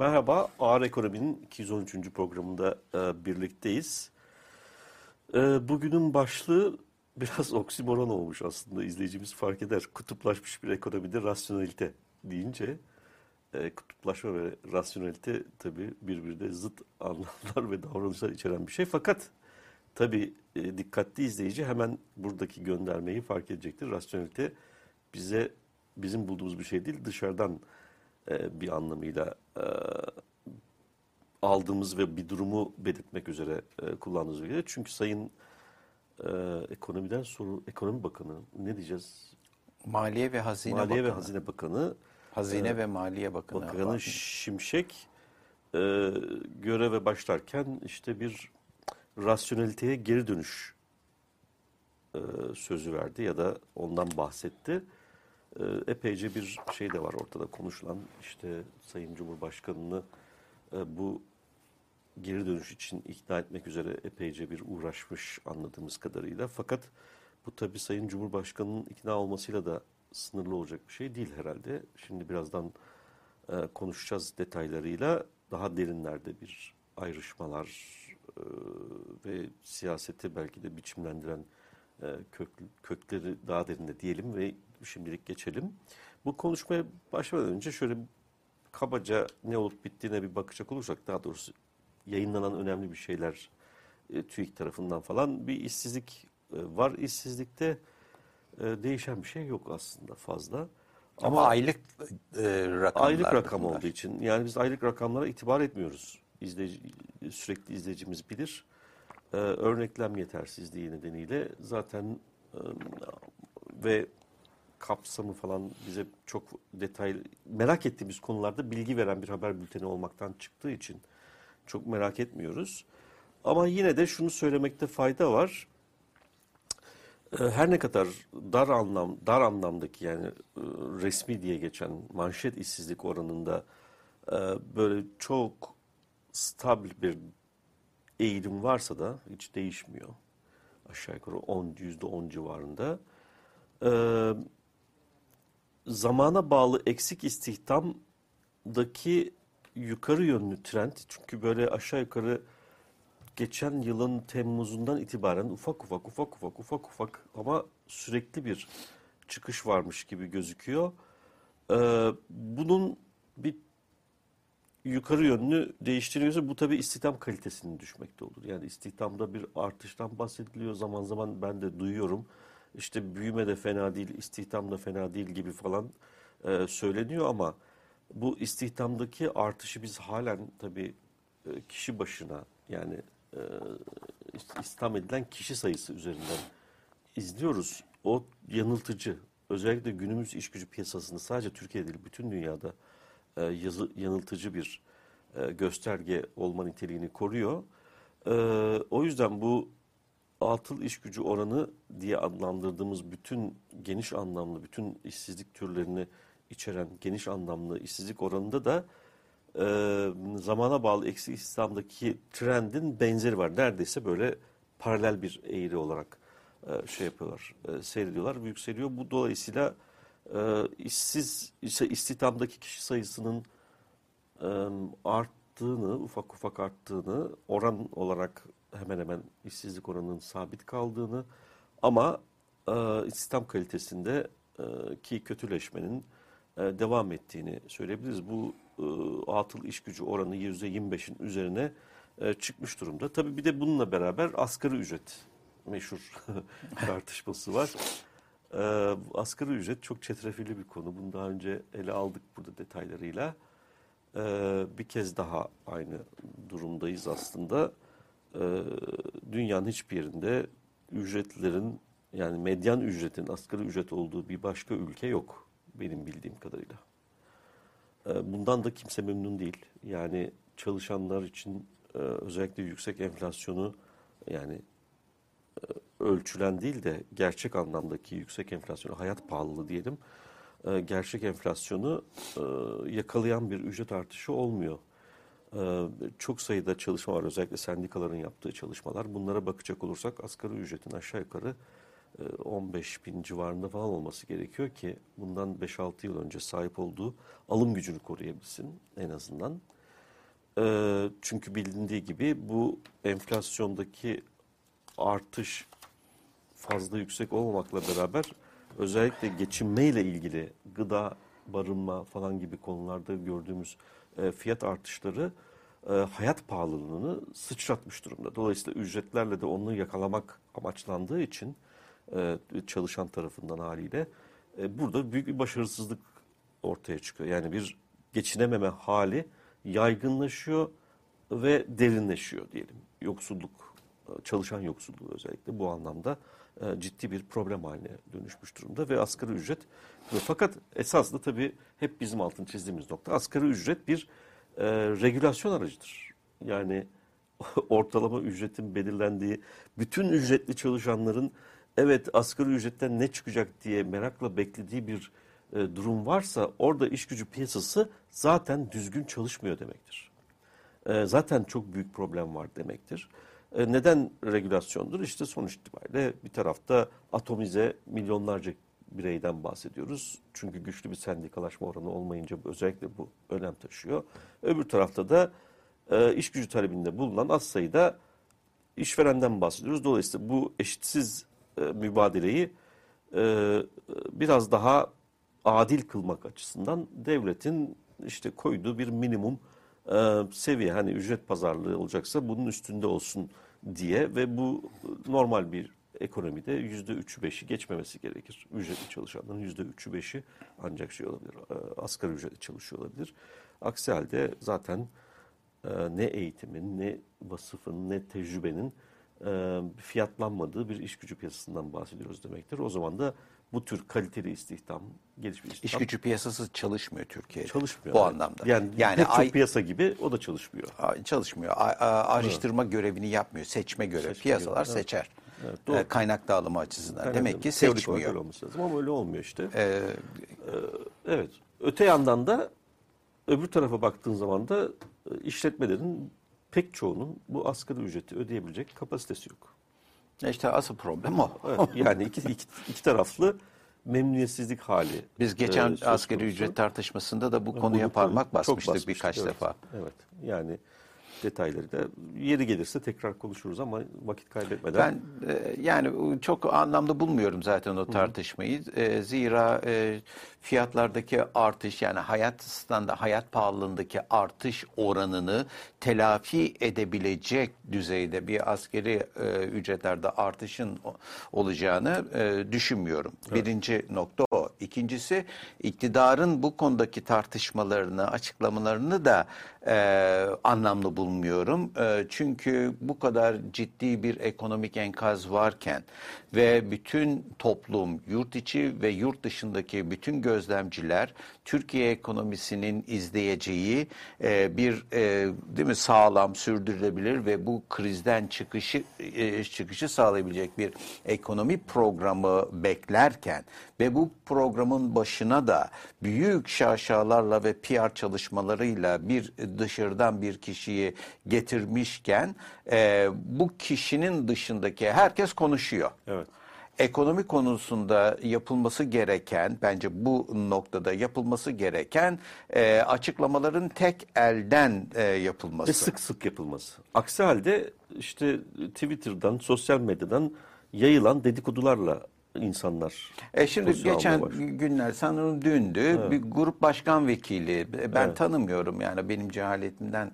Merhaba, Ağır Ekonomi'nin 213. programında birlikteyiz. Bugünün başlığı biraz oksimoron olmuş aslında, izleyicimiz fark eder. Kutuplaşmış bir ekonomide rasyonelite deyince, kutuplaşma ve rasyonelite tabii birbirine zıt anlamlar ve davranışlar içeren bir şey. Fakat tabii dikkatli izleyici hemen buradaki göndermeyi fark edecektir. Rasyonelite bizim bulduğumuz bir şey değil, dışarıdan bir anlamıyla aldığımız ve bir durumu belirtmek üzere kullandığımız bir şey. Çünkü Sayın Ekonomi Bakanı, ne diyeceğiz? Maliye ve Hazine Maliye ve Bakanı. Hazine Bakanı, Hazine ve Maliye Bakanı. Bakanı Şimşek göreve başlarken işte bir rasyoneliteye geri dönüş sözü verdi ya da ondan bahsetti. Epeyce bir şey de var ortada konuşulan, işte Sayın Cumhurbaşkanı'nı bu geri dönüş için ikna etmek üzere epeyce bir uğraşmış anladığımız kadarıyla. Fakat bu tabii Sayın Cumhurbaşkanı'nın ikna olmasıyla da sınırlı olacak bir şey değil herhalde. Şimdi birazdan konuşacağız detaylarıyla. Daha derinlerde bir ayrışmalar ve siyaseti belki de biçimlendiren kökleri daha derinde diyelim ve şimdilik geçelim. Bu konuşmaya başlamadan önce şöyle kabaca ne olup bittiğine bir bakacak olursak, daha doğrusu yayınlanan önemli bir şeyler TÜİK tarafından falan, bir işsizlik var. İşsizlikte değişen bir şey yok aslında fazla. Ama aylık rakamlar. Aylık rakam olduğu için, yani biz aylık rakamlara itibar etmiyoruz. Sürekli izleyicimiz bilir. Örneklem yetersizliği nedeniyle zaten ve kapsamı falan bize çok detaylı, merak ettiğimiz konularda bilgi veren bir haber bülteni olmaktan çıktığı için çok merak etmiyoruz. Ama yine de şunu söylemekte fayda var. Her ne kadar dar anlamdaki, yani resmi diye geçen manşet işsizlik oranında böyle çok stabil bir eğilim varsa da hiç değişmiyor. Aşağı yukarı %10 civarında. Zamana bağlı eksik istihdamdaki yukarı yönlü trend, çünkü böyle aşağı yukarı geçen yılın Temmuz'undan itibaren ufak ama sürekli bir çıkış varmış gibi gözüküyor. Bunun bir yukarı yönlü değiştiriyorsa bu tabii istihdam kalitesinin düşmekte olur. Yani istihdamda bir artıştan bahsediliyor. Zaman zaman ben de duyuyorum. İşte büyüme de fena değil, istihdam da fena değil gibi falan söyleniyor ama bu istihdamdaki artışı biz halen tabii kişi başına, yani e, istihdam edilen kişi sayısı üzerinden izliyoruz. O yanıltıcı. Özellikle günümüz iş gücü piyasasında, sadece Türkiye değil bütün dünyada yanıltıcı bir gösterge olma niteliğini koruyor. O yüzden bu atıl iş gücü oranı diye adlandırdığımız bütün geniş anlamlı, bütün işsizlik türlerini içeren geniş anlamlı işsizlik oranında da zamana bağlı eksik istihdamdaki trendin benzeri var. Neredeyse böyle paralel bir eğri olarak şey yapıyorlar, seyrediyorlar, yükseliyor. Bu dolayısıyla istihdamdaki kişi sayısının arttığını, ufak arttığını, oran olarak hemen hemen işsizlik oranının sabit kaldığını ama istihdam kalitesinde ki kötüleşmenin devam ettiğini söyleyebiliriz. Bu atıl iş gücü oranı %25'in üzerine çıkmış durumda. Tabii bir de bununla beraber asgari ücret meşhur tartışması var. Asgari ücret çok çetrefilli bir konu. Bunu daha önce ele aldık burada detaylarıyla. Bir kez daha aynı durumdayız aslında. Dünyanın hiçbir yerinde ücretlerin, yani medyan ücretin asgari ücret olduğu bir başka ülke yok benim bildiğim kadarıyla. Bundan da kimse memnun değil. Yani çalışanlar için özellikle yüksek enflasyonu, yani ölçülen değil de gerçek anlamdaki yüksek enflasyonu, hayat pahalılığı diyelim, gerçek enflasyonu yakalayan bir ücret artışı olmuyor. Çok sayıda çalışma var, özellikle sendikaların yaptığı çalışmalar. Bunlara bakacak olursak asgari ücretin aşağı yukarı 15 bin civarında falan olması gerekiyor ki bundan 5-6 yıl önce sahip olduğu alım gücünü koruyabilsin en azından. Çünkü bilindiği gibi bu enflasyondaki artış fazla yüksek olmamakla beraber özellikle geçinmeyle ilgili gıda, barınma falan gibi konularda gördüğümüz fiyat artışları hayat pahalılığını sıçratmış durumda. Dolayısıyla ücretlerle de onu yakalamak amaçlandığı için çalışan tarafından haliyle burada büyük bir başarısızlık ortaya çıkıyor. Yani bir geçinememe hali yaygınlaşıyor ve derinleşiyor diyelim. Yoksulluk, çalışan yoksulluğu özellikle bu anlamda ciddi bir problem haline dönüşmüş durumda ve asgari ücret. Fakat esasında tabii hep bizim altını çizdiğimiz nokta asgari ücret bir regülasyon aracıdır. Yani ortalama ücretin belirlendiği, bütün ücretli çalışanların evet asgari ücretten ne çıkacak diye merakla beklediği bir durum varsa orada iş gücü piyasası zaten düzgün çalışmıyor demektir. Zaten çok büyük problem var demektir. Neden regülasyondur? İşte sonuç itibariyle bir tarafta atomize milyonlarca bireyden bahsediyoruz. Çünkü güçlü bir sendikalaşma oranı olmayınca özellikle bu önem taşıyor. Öbür tarafta da iş gücü talebinde bulunan az sayıda işverenden bahsediyoruz. Dolayısıyla bu eşitsiz mübadeleyi biraz daha adil kılmak açısından devletin işte koyduğu bir minimum seviye, hani ücret pazarlığı olacaksa bunun üstünde olsun diye ve bu normal bir ekonomide %3'ü 5'i geçmemesi gerekir. Ücretli çalışanların %3'ü 5'i ancak şey olabilir, asgari ücretli çalışıyor olabilir. Aksi halde zaten ne eğitimin, ne vasıfın, ne tecrübenin fiyatlanmadığı bir iş gücü piyasasından bahsediyoruz demektir. O zaman da bu tür kaliteli istihdam, gelişmiş İş istihdam gücü piyasası çalışmıyor Türkiye'de. çalışmıyor. Bu Evet. anlamda. Yani pek çok piyasa gibi o da çalışmıyor. Çalışmıyor. Ayrıştırma görevini yapmıyor. Seçme görevi. Seçme Piyasalar görevi, evet. seçer. Evet, doğru. Kaynak dağılımı açısından. Yani Demek ki teorik olarak seçmiyor. öyle olması lazım ama öyle olmuyor işte. Evet. Öte yandan da öbür tarafa baktığın zaman da işletmelerin pek çoğunun bu asgari ücreti ödeyebilecek kapasitesi yok. İşte asıl problem o. Evet, yani iki taraflı memnuniyetsizlik hali. Biz geçen söz asgari konusu. ücret tartışmasında da bu Bunu konuya parmak çok basmıştık birkaç evet, defa. Evet. Yani detayları da yeri gelirse tekrar konuşuruz ama vakit kaybetmeden. Ben yani çok anlamda bulmuyorum zaten o tartışmayı. Zira fiyatlardaki artış, yani hayat pahalılığındaki artış oranını telafi edebilecek düzeyde bir asgari ücretlerde artışın olacağını düşünmüyorum. Evet. Birinci nokta o. İkincisi, iktidarın bu konudaki tartışmalarını, açıklamalarını da anlamlı bulmuyorum. Çünkü bu kadar ciddi bir ekonomik enkaz varken ve bütün toplum, yurt içi ve yurt dışındaki bütün gözlemciler Türkiye ekonomisinin izleyeceği bir değil mi, sağlam, sürdürülebilir ve bu krizden çıkışı sağlayabilecek bir ekonomi programı beklerken ve bu programın başına da büyük şaşalarla ve PR çalışmalarıyla bir dışarıdan bir kişiyi getirmişken bu kişinin dışındaki herkes konuşuyor. Evet. Ekonomi konusunda yapılması gereken, bence bu noktada yapılması gereken açıklamaların tek elden yapılması. Ve sık sık yapılması. Aksi halde işte Twitter'dan, sosyal medyadan yayılan dedikodularla insanlar. Şimdi geçen günler, sanırım dündü, evet, bir grup başkan vekili, ben evet, tanımıyorum yani benim cehaletimden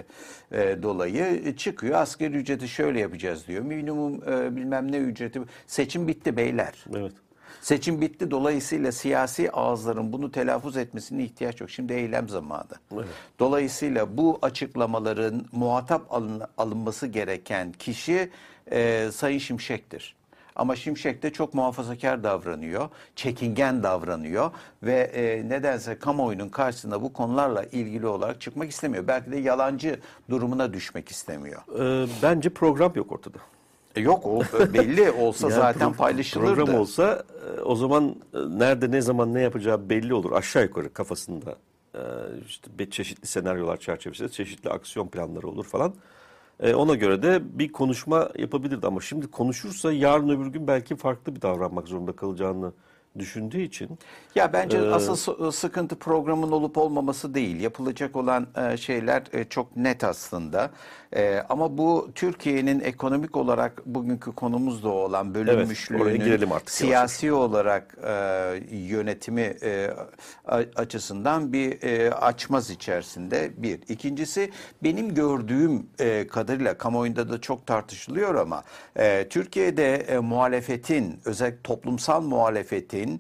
dolayı çıkıyor, asgari ücreti şöyle yapacağız diyor, minimum bilmem ne ücreti, seçim bitti beyler. Evet. Seçim bitti, dolayısıyla siyasi ağızların bunu telaffuz etmesine ihtiyaç yok. Şimdi eylem zamanı. Evet. Dolayısıyla bu açıklamaların muhatap alınması gereken kişi Sayın Şimşek'tir. Ama Şimşek de çok muhafazakar davranıyor, çekingen davranıyor ve nedense kamuoyunun karşısında bu konularla ilgili olarak çıkmak istemiyor. Belki de yalancı durumuna düşmek istemiyor. Bence program yok ortada. Yok, o belli olsa yani zaten paylaşılırdı. Program olsa o zaman nerede, ne zaman, ne yapacağı belli olur. Aşağı yukarı kafasında işte çeşitli senaryolar çerçevesinde çeşitli aksiyon planları olur falan. Ona göre de bir konuşma yapabilirdi ama şimdi konuşursa yarın öbür gün belki farklı bir davranmak zorunda kalacağını düşündüğü için. Ya bence asıl sıkıntı programın olup olmaması değil. Yapılacak olan şeyler çok net aslında. Ama bu Türkiye'nin ekonomik olarak bugünkü konumuzda olan Evet, oraya bölünmüşlüğünün girelim artık siyasi olarak yönetimi açısından bir açmaz içerisinde bir. İkincisi benim gördüğüm kadarıyla kamuoyunda da çok tartışılıyor ama Türkiye'de muhalefetin, özellikle toplumsal muhalefetin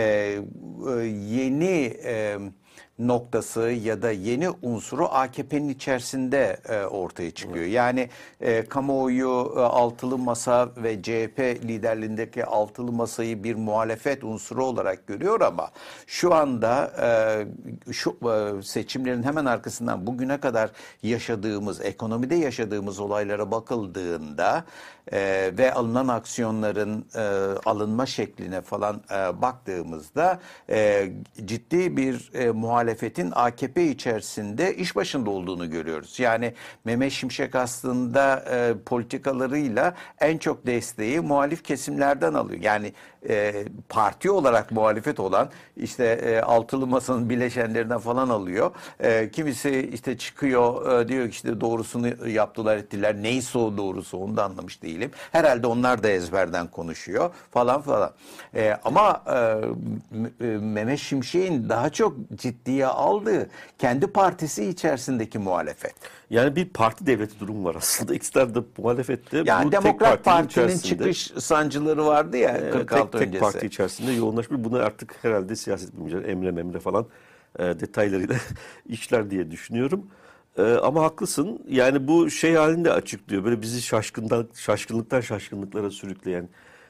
yeni noktası ya da yeni unsuru AKP'nin içerisinde ortaya çıkıyor. Yani kamuoyu altılı masa ve CHP liderliğindeki altılı masayı bir muhalefet unsuru olarak görüyor ama şu anda şu seçimlerin hemen arkasından bugüne kadar yaşadığımız, ekonomide yaşadığımız olaylara bakıldığında ve alınan aksiyonların alınma şekline falan baktığımızda ciddi bir muhalefetin AKP içerisinde iş başında olduğunu görüyoruz. Yani Mehmet Şimşek aslında politikalarıyla en çok desteği muhalif kesimlerden alıyor. Yani parti olarak muhalefet olan işte altılı masanın bileşenlerinden falan alıyor. Kimisi işte çıkıyor diyor ki işte doğrusunu yaptılar ettiler. Neyse o doğrusu onu da anlamış değilim. Herhalde onlar da ezberden konuşuyor falan falan. Ama Mehmet Şimşek'in daha çok ciddiye aldığı kendi partisi içerisindeki muhalefet. Yani bir parti devleti durumu var aslında. İktidarda, muhalefette. Yani bu Demokrat Parti'nin içerisinde, çıkış sancıları vardı ya 46 tek öncesi. parti içerisinde yoğunlaşmış. Bunu artık herhalde siyaset bilimciler Emre falan detaylarıyla işler diye düşünüyorum. Ama haklısın. Yani bu şey halinde açıklıyor. Böyle bizi şaşkınlıktan şaşkınlıklara sürükleyen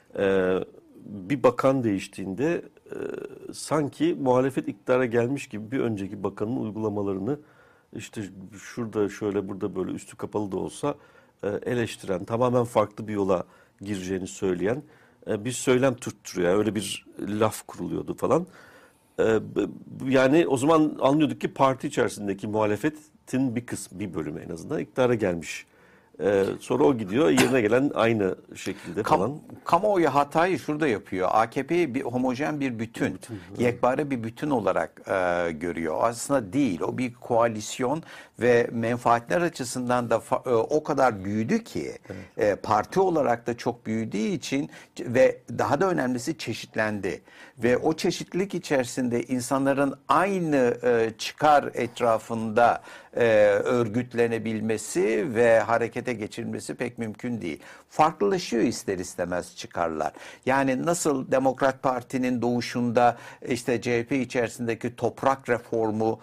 bir bakan değiştiğinde sanki muhalefet iktidara gelmiş gibi bir önceki bakanın uygulamalarını işte şurada şöyle burada böyle üstü kapalı da olsa eleştiren, tamamen farklı bir yola gireceğini söyleyen bir söylem tutturuyor. Yani öyle bir laf kuruluyordu falan. Yani o zaman anlıyorduk ki parti içerisindeki muhalefetin bir kısmı, bir bölümü en azından iktidara gelmiş. Sonra o gidiyor, yerine gelen aynı şekilde falan. Kamuoyu hatayı şurada yapıyor. AKP'yi bir homojen bir bütün, yekpare bir bütün olarak görüyor. Aslında değil. O bir koalisyon ve menfaatler açısından da o kadar büyüdü ki parti olarak da çok büyüdüğü için ve daha da önemlisi çeşitlendi. Ve o çeşitlilik içerisinde insanların aynı çıkar etrafında örgütlenebilmesi ve harekete geçirilmesi pek mümkün değil. Farklılaşıyor ister istemez çıkarlar. Yani nasıl Demokrat Parti'nin doğuşunda işte CHP içerisindeki toprak reformu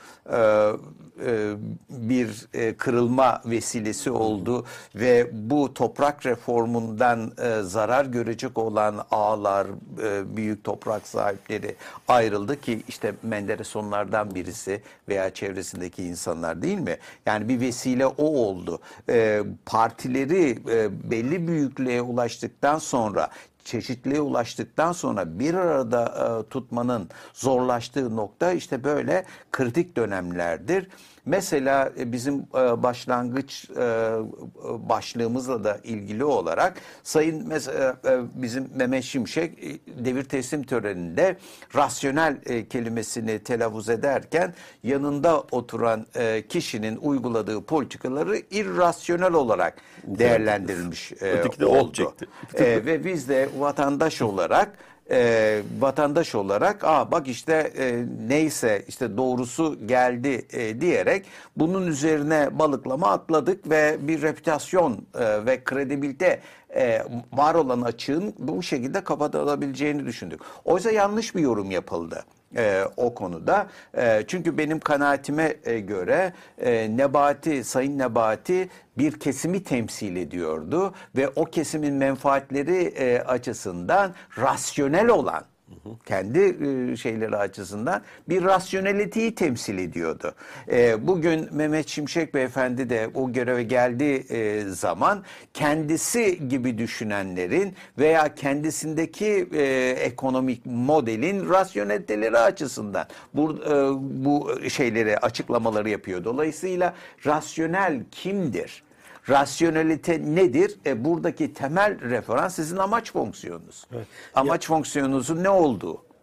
bir kırılma vesilesi oldu ve bu toprak reformundan zarar görecek olan ağalar, büyük toprak sahipleri ayrıldı ki işte Menderes onlardan birisi veya çevresindeki insanlar değil mi? Yani bir vesile o oldu. Partileri belli büyüklüğe ulaştıktan sonra, çeşitliğe ulaştıktan sonra bir arada tutmanın zorlaştığı nokta işte böyle kritik dönemlerdir. Mesela bizim başlangıç başlığımızla da ilgili olarak Sayın mesela bizim Mehmet Şimşek devir teslim töreninde rasyonel kelimesini telaffuz ederken yanında oturan kişinin uyguladığı politikaları irrasyonel olarak değerlendirilmiş Öteki de oldu. olacaktı. Ve biz de vatandaş olarak bak işte neyse işte doğrusu geldi diyerek bunun üzerine balıklama atladık ve bir reputasyon ve kredibilite var olan açığın bu şekilde kapatılabileceğini düşündük. Oysa yanlış bir yorum yapıldı. O konuda. Çünkü benim kanaatime göre Sayın Nebati bir kesimi temsil ediyordu ve o kesimin menfaatleri açısından rasyonel olan kendi şeyleri açısından bir rasyoneliteyi temsil ediyordu. Bugün Mehmet Şimşek Beyefendi de o göreve geldiği zaman kendisi gibi düşünenlerin veya kendisindeki ekonomik modelin rasyoneliteleri açısından bu şeyleri açıklamaları yapıyor. Dolayısıyla rasyonel kimdir? Rasyonelite nedir? Buradaki temel referans sizin amaç fonksiyonunuz. Evet. Amaç fonksiyonunuzun ne olduğu.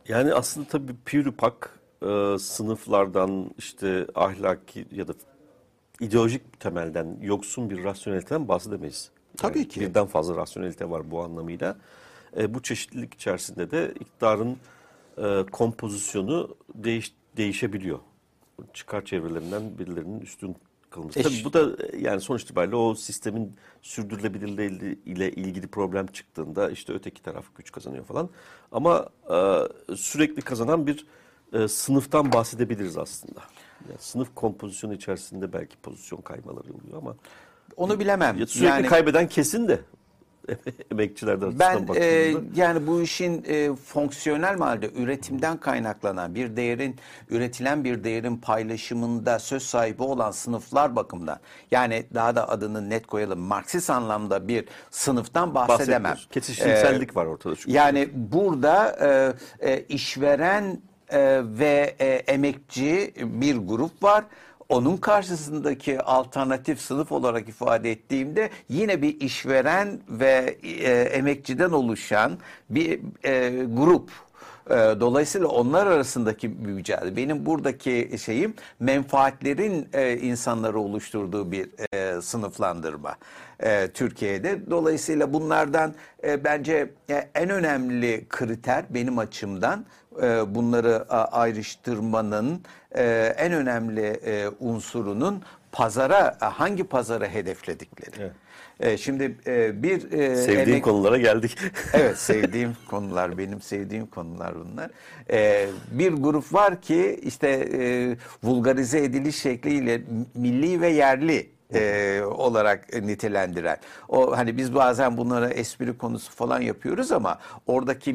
Yani aslında tabii pürüpak sınıflardan işte ahlaki ya da ideolojik temelden yoksun bir rasyoneliteden bahsedemeyiz. Yani Tabii ki. birden fazla rasyonelite var bu anlamıyla. Bu çeşitlilik içerisinde de iktidarın kompozisyonu değişebiliyor. Çıkar çevrelerinden birilerinin üstün kılması. Tabii bu da yani sonuç itibariyle o sistemin sürdürülebilirliği ile ilgili problem çıktığında işte öteki taraf güç kazanıyor falan. Ama sürekli kazanan bir sınıftan bahsedebiliriz aslında. Yani sınıf kompozisyonu içerisinde belki pozisyon kaymaları oluyor ama Onu bilemem. sürekli Yani kaybeden kesin de emekçilerden ben açısından baktığımızda. yani bu işin fonksiyonel halde üretimden kaynaklanan bir değerin, üretilen bir değerin paylaşımında söz sahibi olan sınıflar bakımından, yani daha da adını net koyalım, Marksist anlamda bir sınıftan bahsedemem. Bahsetmiyoruz. Kesişimsellik var ortada çünkü. Yani burada işveren ve emekçi bir grup var. Onun karşısındaki alternatif sınıf olarak ifade ettiğimde yine bir işveren ve emekçiden oluşan bir grup. Dolayısıyla onlar arasındaki bir mücadele. Benim buradaki şeyim menfaatlerin insanları oluşturduğu bir sınıflandırma Türkiye'de. Dolayısıyla bunlardan bence en önemli kriter benim açımdan bunları ayrıştırmanın en önemli unsurunun hangi pazara hedefledikleri. Evet. Şimdi bir Sevdiğin konulara geldik. Evet, sevdiğim konular, benim sevdiğim konular bunlar. Bir grup var ki işte vulgarize ediliş şekliyle milli ve yerli olarak nitelendiren. O hani biz bazen bunlara espri konusu falan yapıyoruz ama oradaki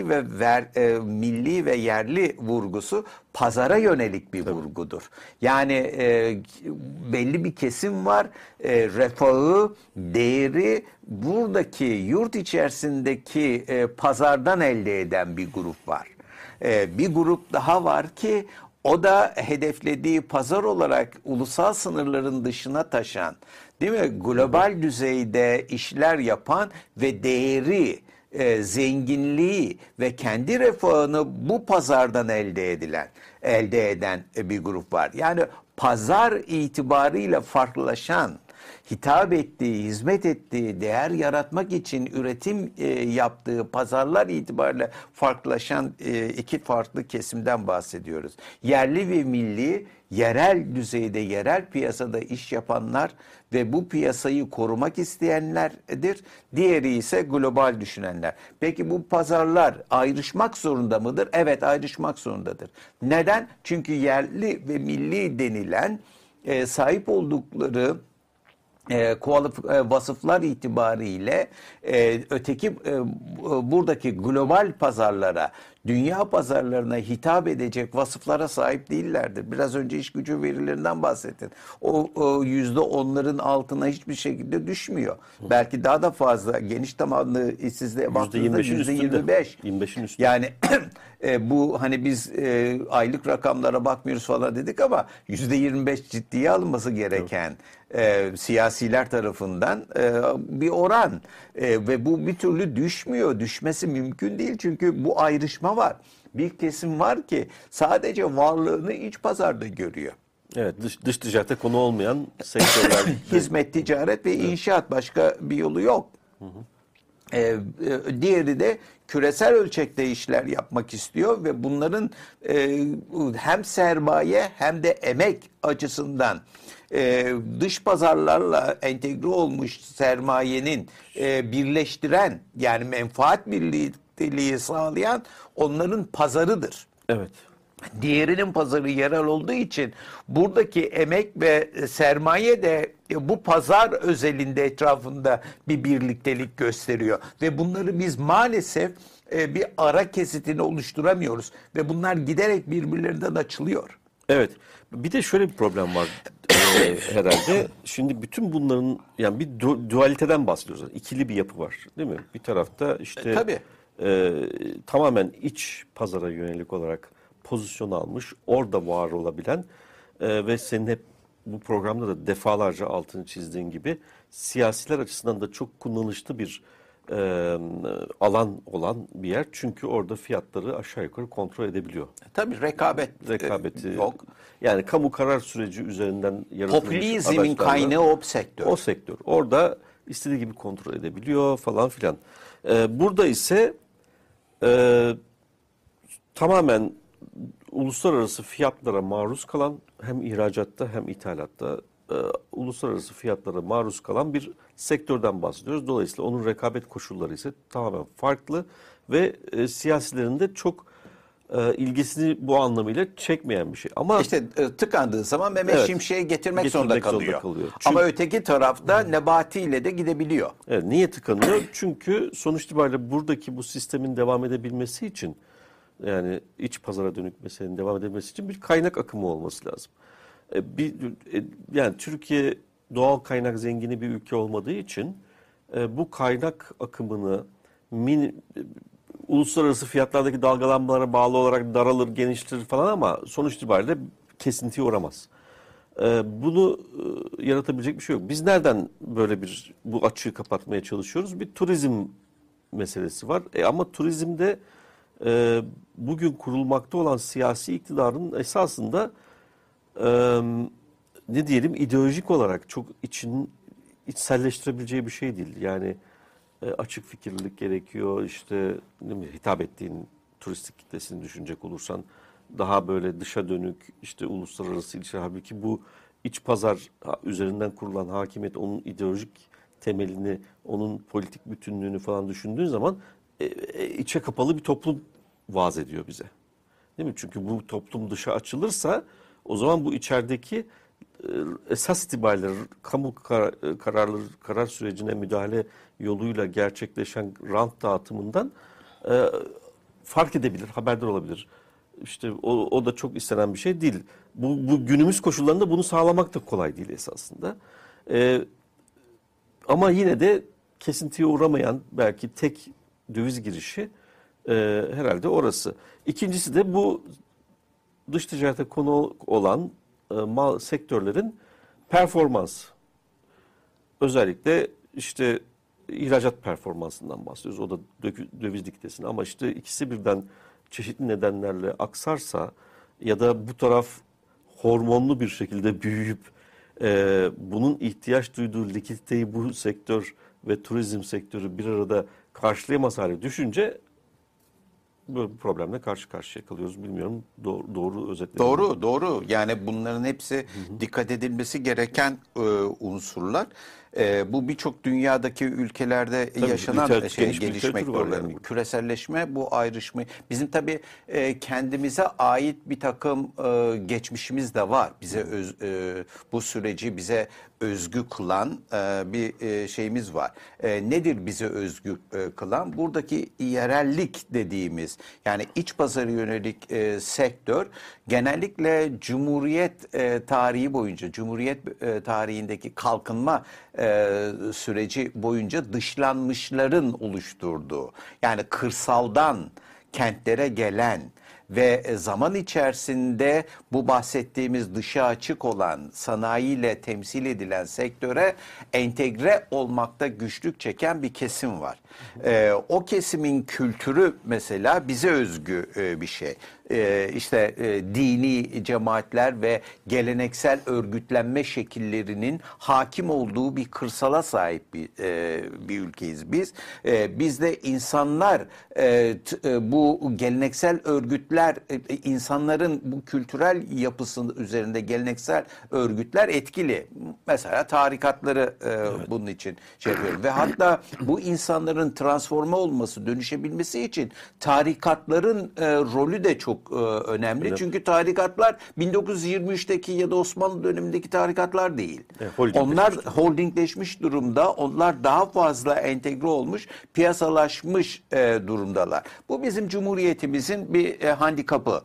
milli ve yerli vurgusu pazara yönelik bir vurgudur. Yani belli bir kesim var, refahı, değeri buradaki yurt içerisindeki pazardan elde eden bir grup var. Bir grup daha var ki o da hedeflediği pazar olarak ulusal sınırların dışına taşan, değil mi? Global düzeyde işler yapan ve değeri, zenginliği ve kendi refahını bu pazardan elde eden bir grup var. Yani pazar itibarıyla farklılaşan, hitap ettiği, hizmet ettiği, değer yaratmak için üretim yaptığı pazarlar itibariyle farklılaşan iki farklı kesimden bahsediyoruz. Yerli ve milli, yerel düzeyde, yerel piyasada iş yapanlar ve bu piyasayı korumak isteyenlerdir. Diğeri ise global düşünenler. Peki bu pazarlar ayrışmak zorunda mıdır? Evet, ayrışmak zorundadır. Neden? Çünkü yerli ve milli denilen sahip oldukları vasıflar itibariyle buradaki global pazarlara, dünya pazarlarına hitap edecek vasıflara sahip değillerdir. Biraz önce iş gücü verilerinden bahsettin. O %10'ların altına hiçbir şekilde düşmüyor. Belki daha da fazla geniş tabanlı işsizliğe baktığınızda %25. 25'in üstünde. Yani bu hani biz aylık rakamlara bakmıyoruz falan dedik ama %25 ciddiye alınması gereken siyasiler tarafından bir oran ve bu bir türlü düşmüyor. Düşmesi mümkün değil çünkü bu ayrışma var. Bir kesim var ki sadece varlığını iç pazarda görüyor. Evet, dış ticarete konu olmayan sektörler. Hizmet, ticaret ve inşaat, başka bir yolu yok. Diğeri de küresel ölçekte işler yapmak istiyor ve bunların hem sermaye hem de emek açısından dış pazarlarla entegre olmuş sermayenin birleştiren, yani menfaat birlikteliği sağlayan onların pazarıdır. Evet. Diğerinin pazarı yerel olduğu için buradaki emek ve sermaye de bu pazar özelinde etrafında bir birliktelik gösteriyor. Ve bunları biz maalesef bir ara kesitini oluşturamıyoruz. Ve bunlar giderek birbirlerinden açılıyor. Evet. Bir de şöyle bir problem var herhalde. Şimdi bütün bunların yani bir dualiteden bahsediyoruz. İkili bir yapı var, değil mi? Bir tarafta işte Tabii. Tamamen iç pazara yönelik olarak pozisyon almış, orada var olabilen ve senin hep bu programda da defalarca altını çizdiğin gibi siyasiler açısından da çok kullanışlı bir alan olan bir yer. Çünkü orada fiyatları aşağı yukarı kontrol edebiliyor. Tabii Rekabeti yok. Yani kamu karar süreci üzerinden yaratılmış Popülizmin araçlarla kaynağı o sektör. o sektör. Orada istediği gibi kontrol edebiliyor falan filan. Burada ise tamamen uluslararası fiyatlara maruz kalan, hem ihracatta hem ithalatta uluslararası fiyatlara maruz kalan bir sektörden bahsediyoruz. Dolayısıyla onun rekabet koşulları ise tamamen farklı ve siyasilerin de çok ilgisini bu anlamıyla çekmeyen bir şey. Ama İşte tıkandığı zaman Mehmet Evet. Şimşek'e getirmek Getirmek zorunda zorunda kalıyor. kalıyor. Ama öteki tarafta Nebati ile de gidebiliyor. evet, niye tıkanıyor? Çünkü sonuç itibariyle buradaki bu sistemin devam edebilmesi için, yani iç pazara dönük meselenin devam edebilmesi için bir kaynak akımı olması lazım. Yani Türkiye doğal kaynak zengini bir ülke olmadığı için bu kaynak akımını uluslararası fiyatlardaki dalgalanmalara bağlı olarak daralır, geniştir falan ama sonuç itibariyle kesintiye uğramaz. Bunu yaratabilecek bir şey yok. Biz nereden böyle bu açığı kapatmaya çalışıyoruz? Bir turizm meselesi var. Ama turizmde bugün kurulmakta olan siyasi iktidarın esasında ne diyelim, ideolojik olarak çok içselleştirebileceği bir şey değil. Yani açık fikirlilik gerekiyor. İşte hitap ettiğin turistik kitlesini düşünecek olursan daha böyle dışa dönük, işte uluslararası ilişkiler. Halbuki bu iç pazar üzerinden kurulan hakimiyet, onun ideolojik temelini, onun politik bütünlüğünü falan düşündüğün zaman içe kapalı bir toplum vaaz ediyor bize. Değil mi? Çünkü bu toplum dışa açılırsa o zaman bu içerideki esas itibariyle kamu karar sürecine müdahale yoluyla gerçekleşen rant dağıtımından fark edebilir, haberdar olabilir. İşte o da çok istenen bir şey değil. Bu günümüz koşullarında bunu sağlamak da kolay değil esasında. Ama yine de kesintiye uğramayan belki tek döviz girişi herhalde orası. İkincisi de bu dış ticarete konu olan mal sektörlerin performans. Özellikle işte ihracat performansından bahsediyoruz. O da döviz diktesini, ama işte ikisi birden çeşitli nedenlerle aksarsa ya da bu taraf hormonlu bir şekilde büyüyüp bunun ihtiyaç duyduğu likiditeyi bu sektör ve turizm sektörü bir arada karşılayamaz hale düşünce böyle bir problemle karşı karşıya kalıyoruz. Bilmiyorum, doğru özetledim. Doğru. Yani bunların hepsi dikkat edilmesi gereken unsurlar. Bu birçok dünyadaki ülkelerde yaşanan gelişmek problemi. Yani. Küreselleşme, bu ayrışma. Bizim tabii kendimize ait bir takım geçmişimiz de var. Bize bu süreci bize özgü kılan bir şeyimiz var. Nedir bize özgü kılan? Buradaki yerellik dediğimiz, yani iç pazarı yönelik sektör genellikle Cumhuriyet tarihi boyunca, Cumhuriyet tarihindeki kalkınma süreci boyunca dışlanmışların oluşturduğu, yani kırsaldan kentlere gelen ve zaman içerisinde bu bahsettiğimiz dışa açık olan sanayiyle temsil edilen sektöre entegre olmakta güçlük çeken bir kesim var. O kesimin kültürü mesela bize özgü bir şey. İşte dini cemaatler ve geleneksel örgütlenme şekillerinin hakim olduğu bir kırsala sahip bir ülkeyiz biz. Bizde insanlar bu geleneksel örgütler, insanların bu kültürel yapısı üzerinde geleneksel örgütler etkili. Mesela tarikatları bunun için şey yapıyorum. Ve hatta bu insanların transforme olması, dönüşebilmesi için tarikatların rolü de çok önemli. Çünkü tarikatlar 1923'teki ya da Osmanlı dönemindeki tarikatlar değil. Onlar holdingleşmiş durumda. Onlar daha fazla entegre olmuş, piyasalaşmış durumdalar. Bu bizim Cumhuriyetimizin bir handikapı.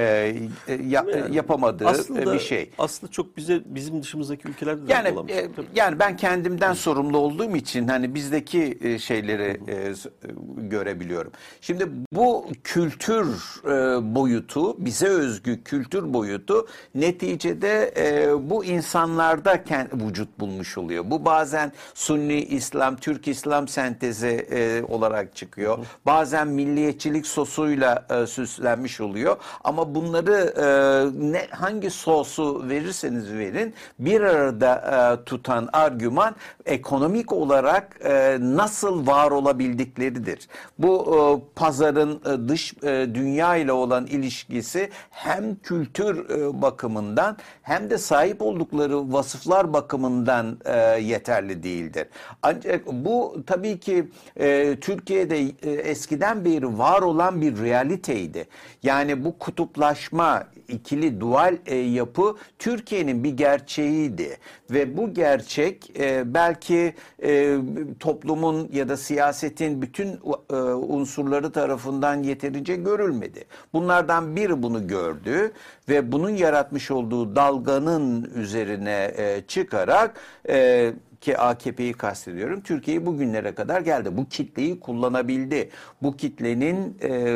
Yapamadığı aslında, bir şey. Aslında çok bizim dışımızdaki ülkelerde de olamış. Yani ben kendimden sorumlu olduğum için hani bizdeki şeyleri görebiliyorum. Şimdi bu kültür boyutu, bize özgü kültür boyutu neticede bu insanlarda vücut bulmuş oluyor. Bu bazen Sunni İslam, Türk İslam sentezi olarak çıkıyor. Bazen milliyetçilik sosuyla süslenmiş oluyor. Ama bunları hangi sosu verirseniz verin, bir arada tutan argüman ekonomik olarak nasıl var olabildikleridir. Bu pazarın dış dünya ile olan ilişkisi hem kültür bakımından hem de sahip oldukları vasıflar bakımından yeterli değildir. Ancak bu tabii ki Türkiye'de eskiden beri var olan bir realiteydi. Yani bu kutuplaşma, ikili dual yapı Türkiye'nin bir gerçeğiydi ve bu gerçek belki toplumun ya da siyasetin bütün unsurları tarafından yeterince görülmedi. Bunlardan biri bunu gördü ve bunun yaratmış olduğu dalganın üzerine çıkarak ki AKP'yi kastediyorum, Türkiye'yi bugünlere kadar geldi. Bu kitleyi kullanabildi. Bu kitlenin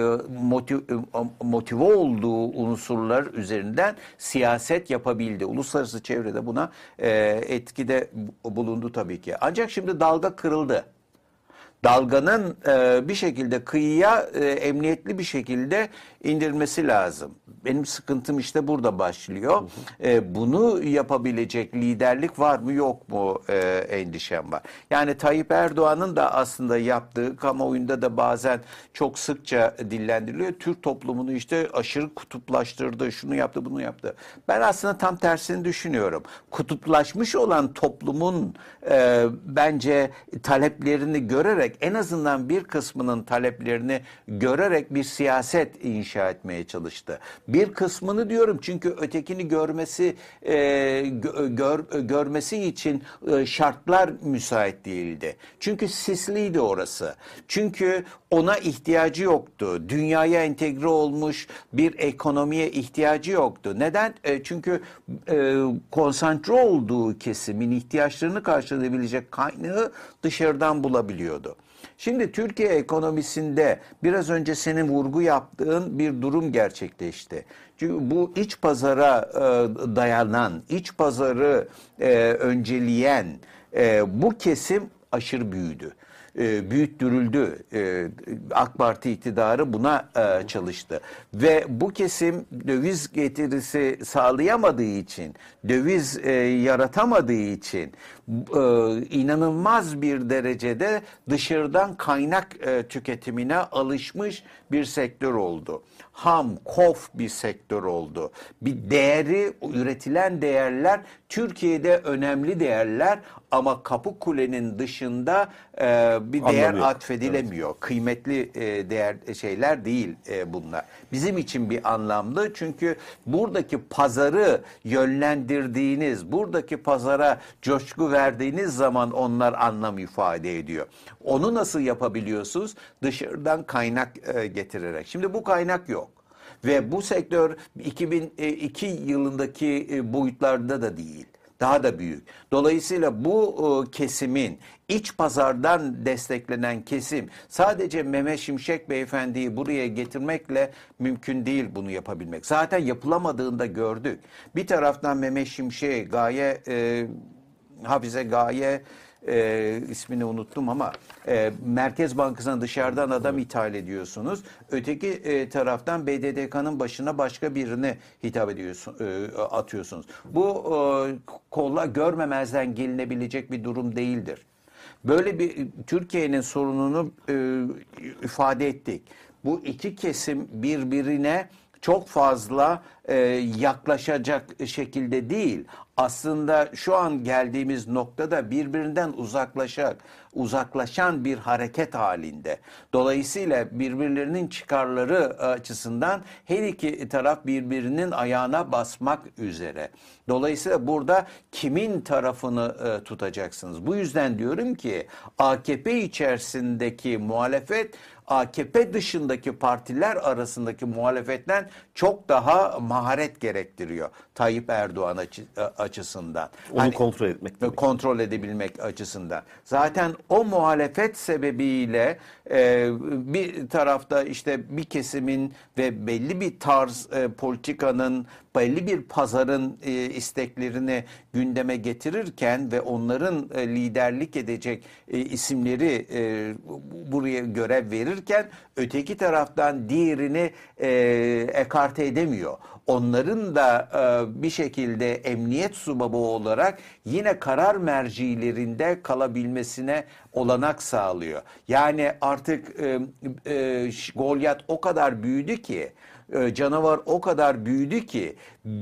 motive olduğu unsurlar üzerinden siyaset yapabildi. Uluslararası çevrede buna etkide bulundu tabii ki. Ancak şimdi dalga kırıldı. Dalganın bir şekilde kıyıya emniyetli bir şekilde indirilmesi lazım. Benim sıkıntım işte burada başlıyor. Bunu yapabilecek liderlik var mı yok mu endişem var. Yani Tayyip Erdoğan'ın da aslında yaptığı, kamuoyunda da bazen çok sıkça dillendiriliyor. Türk toplumunu işte aşırı kutuplaştırdı, şunu yaptı, bunu yaptı. Ben aslında tam tersini düşünüyorum. Kutuplaşmış olan toplumun bence taleplerini görerek, en azından bir kısmının taleplerini görerek bir siyaset inşa etmeye çalıştı. Bir kısmını diyorum çünkü ötekini görmesi için şartlar müsait değildi. Çünkü sisliydi orası. Çünkü ona ihtiyacı yoktu. Dünyaya entegre olmuş bir ekonomiye ihtiyacı yoktu. Neden? Çünkü konsantre olduğu kesimin ihtiyaçlarını karşılayabilecek kaynağı dışarıdan bulabiliyordu. Şimdi Türkiye ekonomisinde biraz önce senin vurgu yaptığın bir durum gerçekleşti. Çünkü bu iç pazara dayanan, iç pazarı önceleyen bu kesim aşırı büyüdü. Büyüttürüldü. AK Parti iktidarı buna çalıştı. Ve bu kesim döviz getirisi sağlayamadığı için, döviz yaratamadığı için inanılmaz bir derecede dışarıdan kaynak tüketimine alışmış bir sektör oldu. Ham, kof bir sektör oldu. Bir değeri, üretilen değerler Türkiye'de önemli değerler ama Kapıkule'nin dışında bir değer atfedilemiyor. Evet. Kıymetli değer şeyler değil bunlar. Bizim için bir anlamlı çünkü buradaki pazarı yönlendirdiğiniz, buradaki pazara coşku verdiğiniz zaman onlar anlam ifade ediyor. Onu nasıl yapabiliyorsunuz? Dışarıdan kaynak getirerek. Şimdi bu kaynak yok. Ve bu sektör 2002 yılındaki boyutlarda da değil. Daha da büyük. Dolayısıyla bu kesimin, iç pazardan desteklenen kesim sadece Mehmet Şimşek Beyefendi'yi buraya getirmekle mümkün değil bunu yapabilmek. Zaten yapılamadığını da gördük. Bir taraftan Mehmet Şimşek, Hafize Gaye ismini unuttum ama Merkez Bankası'na dışarıdan adam ithal ediyorsunuz. Öteki taraftan BDDK'nın başına başka birini atıyorsunuz. Bu kolla görmemezden gelinebilecek bir durum değildir. Böyle bir Türkiye'nin sorununu ifade ettik. Bu iki kesim birbirine çok fazla yaklaşacak şekilde değil. Aslında şu an geldiğimiz noktada birbirinden uzaklaşan bir hareket halinde. Dolayısıyla birbirlerinin çıkarları açısından her iki taraf birbirinin ayağına basmak üzere. Dolayısıyla burada kimin tarafını tutacaksınız? Bu yüzden diyorum ki AKP içerisindeki muhalefet AKP dışındaki partiler arasındaki muhalefetten çok daha maharet gerektiriyor Tayyip Erdoğan açısından. Onu kontrol etmek demek. Kontrol edebilmek açısından. Zaten o muhalefet sebebiyle Bir tarafta işte bir kesimin ve belli bir tarz politikanın, belli bir pazarın isteklerini gündeme getirirken ve onların liderlik edecek isimleri buraya görev verirken, öteki taraftan diğerini ekarte edemiyor. Onların da bir şekilde emniyet subabı olarak yine karar mercilerinde kalabilmesine olanak sağlıyor. Yani artık Goliat o kadar büyüdü ki, canavar o kadar büyüdü ki,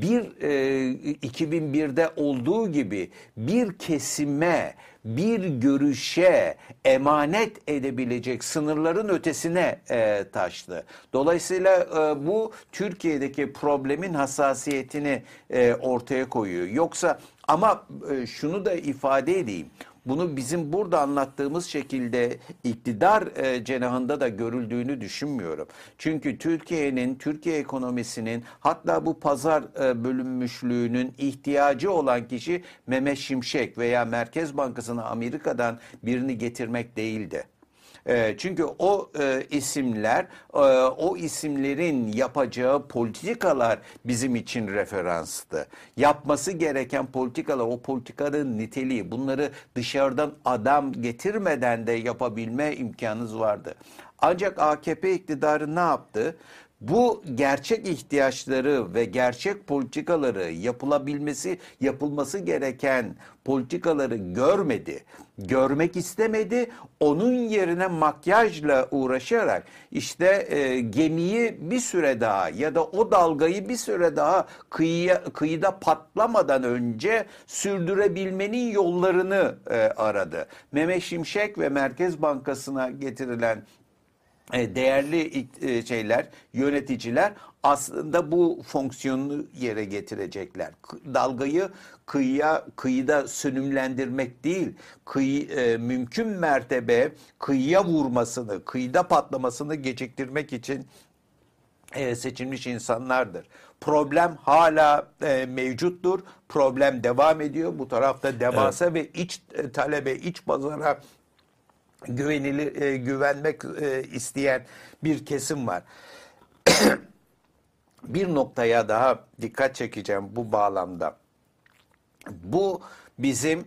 2001'de olduğu gibi bir kesime, bir görüşe emanet edebilecek sınırların ötesine taştı. Dolayısıyla bu Türkiye'deki problemin hassasiyetini ortaya koyuyor. Yoksa ama şunu da ifade edeyim. Bunu bizim burada anlattığımız şekilde iktidar cenahında da görüldüğünü düşünmüyorum. Çünkü Türkiye ekonomisinin, hatta bu pazar bölünmüşlüğünün ihtiyacı olan kişi Mehmet Şimşek veya Merkez Bankası'na Amerika'dan birini getirmek değildi. Çünkü o isimler, o isimlerin yapacağı politikalar bizim için referanstı. Yapması gereken politikalar, o politikanın niteliği, bunları dışarıdan adam getirmeden de yapabilme imkanınız vardı. Ancak AKP iktidarı ne yaptı? Bu gerçek ihtiyaçları ve gerçek politikaları, yapılması gereken politikaları görmedi, görmek istemedi. Onun yerine makyajla uğraşarak işte gemiyi bir süre daha ya da o dalgayı bir süre daha kıyıda patlamadan önce sürdürebilmenin yollarını aradı. Mehmet Şimşek ve Merkez Bankası'na getirilen değerli yöneticiler aslında bu fonksiyonu yere getirecekler. Dalgayı kıyıda sönümlendirmek değil, mümkün mertebe kıyıya vurmasını, kıyıda patlamasını geciktirmek için seçilmiş insanlardır. Problem hala mevcuttur. Problem devam ediyor. Bu tarafta devasa ve iç talebe, iç pazara güvenmek isteyen bir kesim var. Bir noktaya daha dikkat çekeceğim bu bağlamda. Bu bizim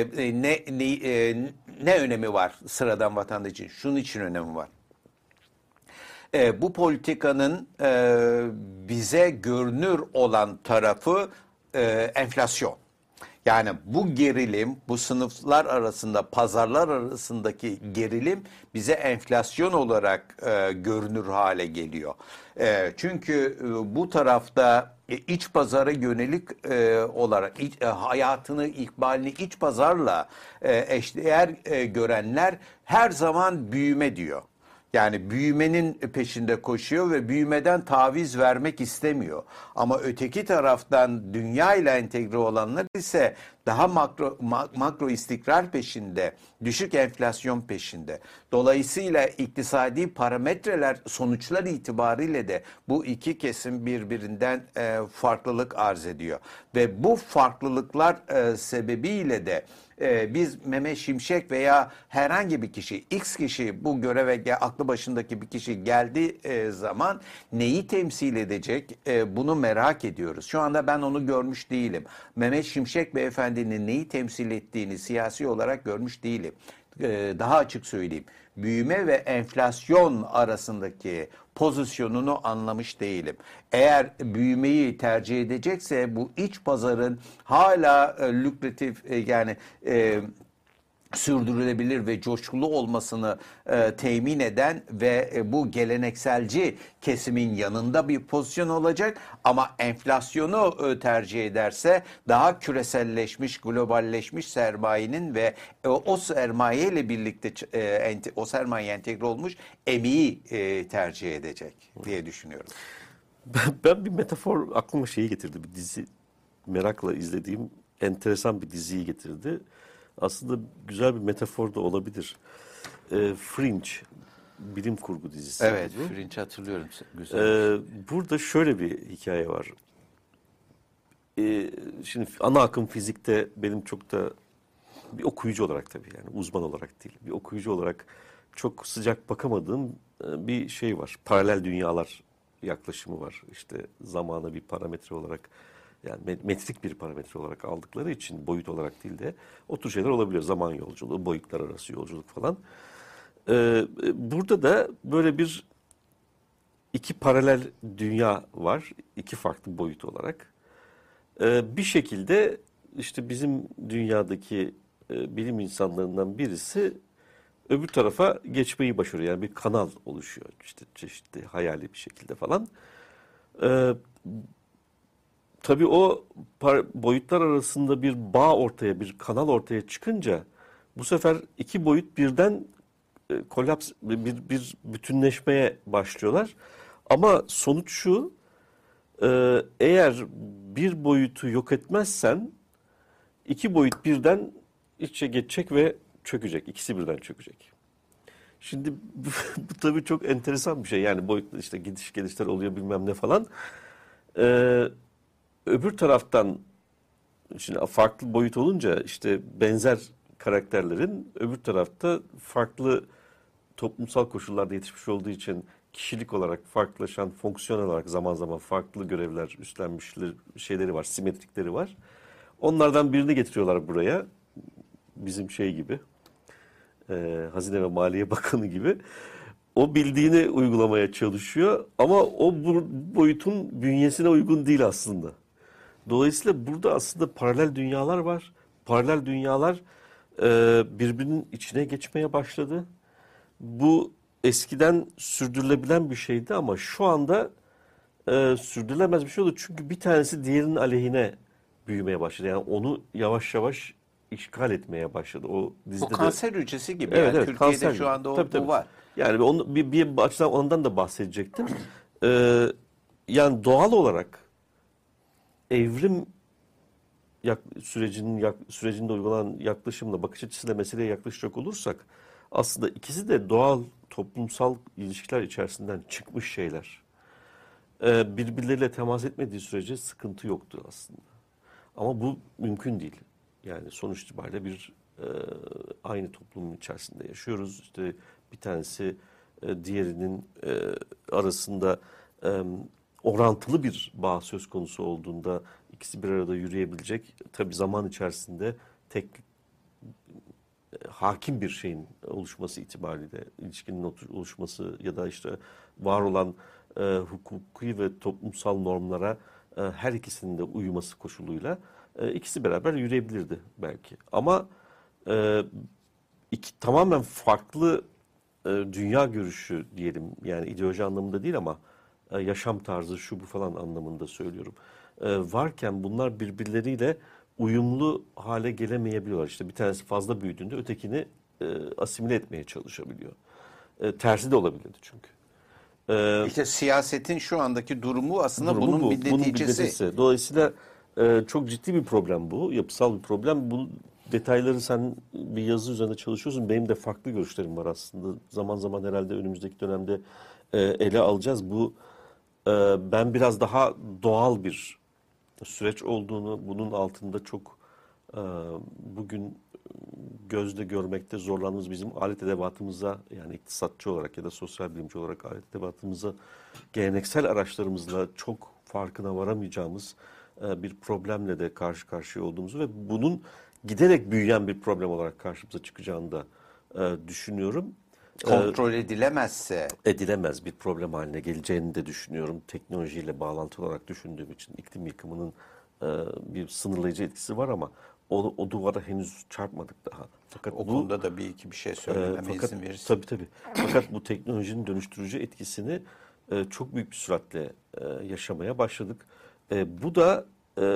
ne önemi var sıradan vatandaş için? Şunun için önemi var. Bu politikanın bize görünür olan tarafı enflasyon. Yani bu gerilim, bu sınıflar arasında, pazarlar arasındaki gerilim bize enflasyon olarak görünür hale geliyor. Çünkü bu tarafta iç pazara yönelik olarak hayatını, ikbalini iç pazarla eşdeğer görenler her zaman büyüme diyor. Yani büyümenin peşinde koşuyor ve büyümeden taviz vermek istemiyor. Ama öteki taraftan dünya ile entegre olanlar ise daha makro istikrar peşinde, düşük enflasyon peşinde. Dolayısıyla iktisadi parametreler, sonuçlar itibariyle de bu iki kesim birbirinden farklılık arz ediyor. Ve bu farklılıklar sebebiyle de biz Mehmet Şimşek veya herhangi bir kişi, X kişi bu göreve aklı başındaki bir kişi geldiği zaman neyi temsil edecek bunu merak ediyoruz. Şu anda ben onu görmüş değilim. Mehmet Şimşek beyefendinin neyi temsil ettiğini siyasi olarak görmüş değilim. Daha açık söyleyeyim. Büyüme ve enflasyon arasındaki pozisyonunu anlamış değilim. Eğer büyümeyi tercih edecekse bu iç pazarın hala lukratif sürdürülebilir ve coşkulu olmasını temin eden ve bu gelenekselci kesimin yanında bir pozisyon olacak, ama enflasyonu tercih ederse daha küreselleşmiş, globalleşmiş sermayenin ve o sermaye ile birlikte o sermaye entegre olmuş emeği tercih edecek diye düşünüyorum. Ben bir metafor aklıma şeyi getirdi. Bir dizi, merakla izlediğim enteresan bir diziyi getirdi. Aslında güzel bir metafor da olabilir. Fringe, bilim kurgu dizisi. Evet, bu. Fringe hatırlıyorum. Güzel. Burada şöyle bir hikaye var. Şimdi ana akım fizikte benim çok da bir okuyucu olarak, tabii yani uzman olarak değil, bir okuyucu olarak çok sıcak bakamadığım bir şey var. Paralel dünyalar yaklaşımı var. İşte zamanı bir parametre olarak, yani metrik bir parametre olarak aldıkları için, boyut olarak değil de o tür şeyler olabiliyor. Zaman yolculuğu, boyutlar arası yolculuk falan. Burada da böyle iki paralel dünya var. İki farklı boyut olarak. Bir şekilde işte bizim dünyadaki bilim insanlarından birisi öbür tarafa geçmeyi başarıyor. Yani bir kanal oluşuyor işte çeşitli hayali bir şekilde falan. Ee, tabii o boyutlar arasında bir bağ ortaya, bir kanal ortaya çıkınca bu sefer iki boyut birden kolaps, bir bütünleşmeye başlıyorlar. Ama sonuç şu, eğer bir boyutu yok etmezsen iki boyut birden iç içe geçecek ve çökecek. İkisi birden çökecek. Şimdi bu tabii çok enteresan bir şey. Yani boyutlu işte gidiş gelişler oluyor bilmem ne falan. Ee, öbür taraftan şimdi farklı boyut olunca işte benzer karakterlerin öbür tarafta farklı toplumsal koşullarda yetişmiş olduğu için kişilik olarak farklılaşan, fonksiyonel olarak zaman zaman farklı görevler üstlenmişler şeyleri var, simetrikleri var. Onlardan birini getiriyorlar buraya. Bizim şey gibi, Hazine ve Maliye Bakanı gibi. O bildiğini uygulamaya çalışıyor ama o boyutun bünyesine uygun değil aslında. Dolayısıyla burada aslında paralel dünyalar var. Paralel dünyalar birbirinin içine geçmeye başladı. Bu eskiden sürdürülebilen bir şeydi ama şu anda sürdürülemez bir şey oldu. Çünkü bir tanesi diğerinin aleyhine büyümeye başladı. Yani onu yavaş yavaş işgal etmeye başladı. O Bu dizide de kanser hücresi gibi, evet yani evet kanser Türkiye'de gibi. şu anda Tabii bu tabii. var. Yani onu, bir açıdan ondan da bahsedecektim. Ee, yani doğal olarak evrim sürecinde uygulanan yaklaşımla, bakış açısıyla meseleye yaklaşacak olursak aslında ikisi de doğal toplumsal ilişkiler içerisinden çıkmış şeyler. Birbirleriyle temas etmediği sürece sıkıntı yoktu aslında. Ama bu mümkün değil. Yani sonuç itibariyle e, aynı toplumun içerisinde yaşıyoruz. İşte bir tanesi diğerinin arasında e, orantılı bir bağ söz konusu olduğunda ikisi bir arada yürüyebilecek. Tabii zaman içerisinde tek hakim bir şeyin oluşması itibariyle ilişkinin oluşması ya da işte var olan hukuki ve toplumsal normlara her ikisinin de uyuması koşuluyla ikisi beraber yürüyebilirdi belki. Ama e, iki tamamen farklı dünya görüşü diyelim, yani ideoloji anlamında değil ama yaşam tarzı şu bu falan anlamında söylüyorum. Varken bunlar birbirleriyle uyumlu hale gelemeyebiliyorlar. İşte bir tanesi fazla büyüdüğünde ötekini asimile etmeye çalışabiliyor. Tersi de olabilirdi çünkü. E, İşte siyasetin şu andaki durumu aslında durumu bunun bu. bir Bunun bir neticesi. neticesi. Dolayısıyla çok ciddi bir problem bu. Yapısal bir problem. Bu detayları sen bir yazı üzerinde çalışıyorsun. Benim de farklı görüşlerim var aslında. Zaman zaman herhalde önümüzdeki dönemde ele alacağız. Ben biraz daha doğal bir süreç olduğunu, bunun altında çok e, bugün gözle görmekte zorlandığımız bizim alet edevatımıza, yani iktisatçı olarak ya da sosyal bilimci olarak alet edevatımıza geleneksel araçlarımızla çok farkına varamayacağımız bir problemle de karşı karşıya olduğumuzu ve bunun giderek büyüyen bir problem olarak karşımıza çıkacağını da düşünüyorum. Kontrol edilemezse Edilemez bir problem haline geleceğini de düşünüyorum. Teknolojiyle bağlantılı olarak düşündüğüm için iklim yıkımının bir sınırlayıcı etkisi var ama o duvara henüz çarpmadık daha. Fakat o konuda da bir iki bir şey söylememe fakat izin verirsin. tabii. Fakat bu teknolojinin dönüştürücü etkisini çok büyük bir süratle yaşamaya başladık. Bu da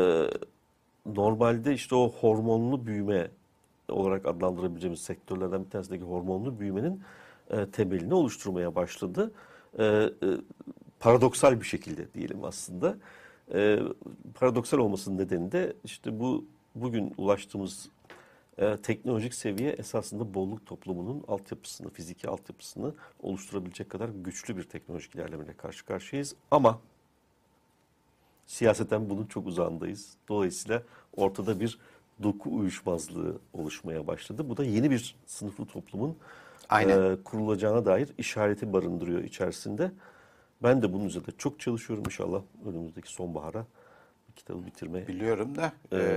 normalde işte o hormonlu büyüme olarak adlandırabileceğimiz sektörlerden bir tanesindeki hormonlu büyümenin temelini oluşturmaya başladı. E, e, paradoksal bir şekilde diyelim aslında. Paradoksal olmasının nedeni de işte bugün ulaştığımız teknolojik seviye esasında bolluk toplumunun altyapısını, fiziki altyapısını oluşturabilecek kadar güçlü bir teknolojik ilerlemeyle karşı karşıyayız. Ama siyaseten bunun çok uzağındayız. Dolayısıyla ortada bir doku uyuşmazlığı oluşmaya başladı. Bu da yeni bir sınıflı toplumun Aynen. kurulacağına dair işareti barındırıyor içerisinde. Ben de bunun üzerinde çok çalışıyorum, inşallah önümüzdeki sonbahara kitabı bitirme Biliyorum da